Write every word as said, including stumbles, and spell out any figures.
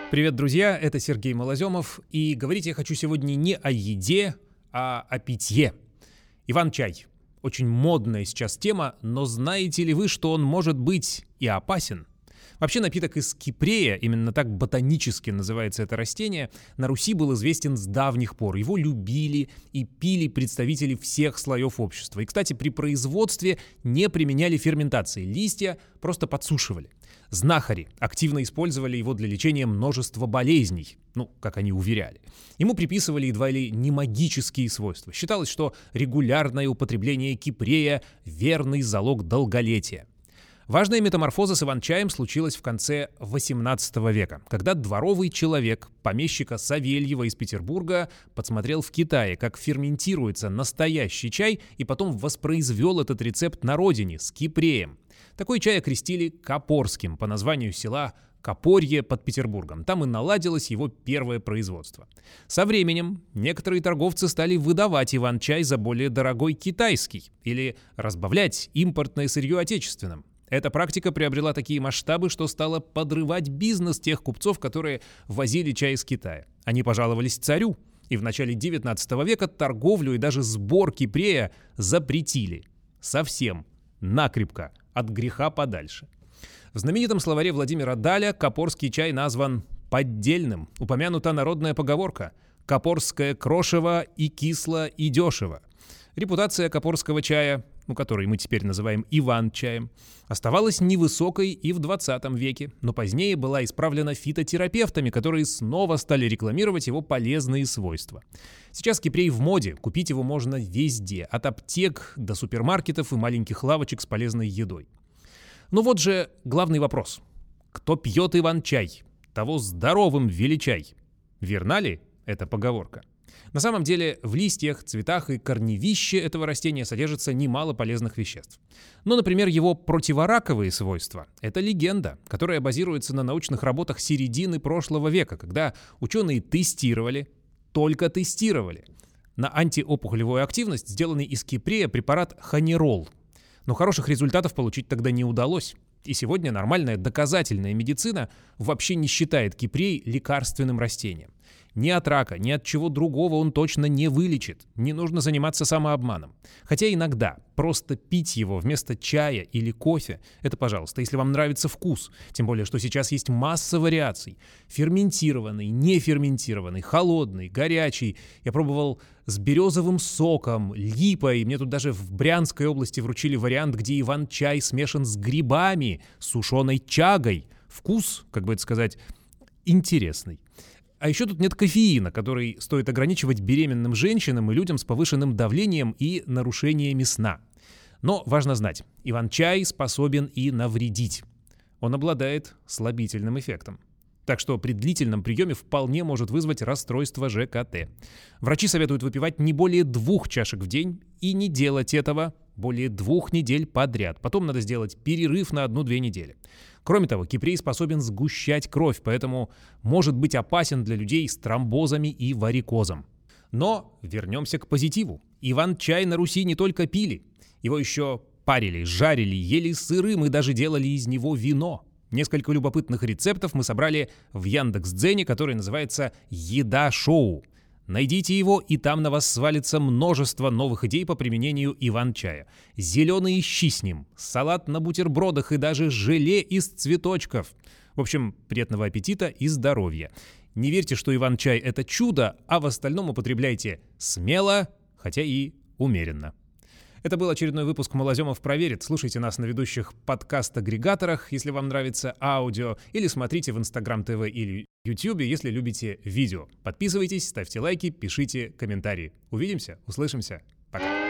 Привет, друзья, это Сергей Малоземов, и говорить я хочу сегодня не о еде, а о питье. Иван-чай. Очень модная сейчас тема, но знаете ли вы, что он может быть и опасен? Вообще напиток из кипрея, именно так ботанически называется это растение, на Руси был известен с давних пор. Его любили и пили представители всех слоев общества. И, кстати, при производстве не применяли ферментации, листья просто подсушивали. Знахари активно использовали его для лечения множества болезней, ну, как они уверяли. Ему приписывали едва ли не магические свойства. Считалось, что регулярное употребление кипрея – верный залог долголетия. Важная метаморфоза с иван-чаем случилась в конце восемнадцатого века, когда дворовый человек, помещика Савельева из Петербурга, подсмотрел в Китае, как ферментируется настоящий чай, и потом воспроизвел этот рецепт на родине с кипреем. Такой чай окрестили Копорским по названию села Копорье под Петербургом. Там и наладилось его первое производство. Со временем некоторые торговцы стали выдавать иван-чай за более дорогой китайский или разбавлять импортное сырье отечественным. Эта практика приобрела такие масштабы, что стала подрывать бизнес тех купцов, которые возили чай из Китая. Они пожаловались царю, и в начале девятнадцатого века торговлю и даже сбор кипрея запретили. Совсем, накрепко, от греха подальше. В знаменитом словаре Владимира Даля копорский чай назван поддельным. Упомянута народная поговорка «Копорское крошево и кисло, и дешево». Репутация копорского чая, ну, который мы теперь называем Иван-чаем, оставалась невысокой и в двадцатом веке, но позднее была исправлена фитотерапевтами, которые снова стали рекламировать его полезные свойства. Сейчас кипрей в моде, купить его можно везде, от аптек до супермаркетов и маленьких лавочек с полезной едой. Но вот же главный вопрос. Кто пьет Иван-чай, того здоровым величай. Верна ли эта поговорка? На самом деле в листьях, цветах и корневище этого растения содержится немало полезных веществ. Ну, например, его противораковые свойства – это легенда, которая базируется на научных работах середины прошлого века, когда ученые тестировали, только тестировали, на антиопухолевую активность сделанный из кипрея препарат ханирол. Но хороших результатов получить тогда не удалось. И сегодня нормальная доказательная медицина вообще не считает кипрей лекарственным растением. Ни от рака, ни от чего другого он точно не вылечит. Не нужно заниматься самообманом. Хотя иногда просто пить его вместо чая или кофе – это, пожалуйста, если вам нравится вкус. Тем более, что сейчас есть масса вариаций. Ферментированный, неферментированный, холодный, горячий. Я пробовал с березовым соком, липой. Мне тут даже в Брянской области вручили вариант, где иван-чай смешан с грибами, сушеной чагой. Вкус, как бы это сказать, интересный. А еще тут нет кофеина, который стоит ограничивать беременным женщинам и людям с повышенным давлением и нарушениями сна. Но важно знать, иван-чай способен и навредить. Он обладает слабительным эффектом. Так что при длительном приеме вполне может вызвать расстройство ЖКТ. Врачи советуют выпивать не более двух чашек в день и не делать этого более двух недель подряд. Потом надо сделать перерыв на одну-две недели. Кроме того, кипрей способен сгущать кровь, поэтому может быть опасен для людей с тромбозами и варикозом. Но вернемся к позитиву. Иван-чай на Руси не только пили. Его еще парили, жарили, ели сырым и даже делали из него вино. Несколько любопытных рецептов мы собрали в Яндекс.Дзене, который называется «Еда-шоу». Найдите его, и там на вас свалится множество новых идей по применению иван-чая. Зеленые щи с ним, салат на бутербродах и даже желе из цветочков. В общем, приятного аппетита и здоровья. Не верьте, что иван-чай – это чудо, а в остальном употребляйте смело, хотя и умеренно. Это был очередной выпуск «Малоземов проверит». Слушайте нас на ведущих подкаст-агрегаторах, если вам нравится аудио, или смотрите в Инстаграм ТВ или Ютьюбе, если любите видео. Подписывайтесь, ставьте лайки, пишите комментарии. Увидимся, услышимся. Пока.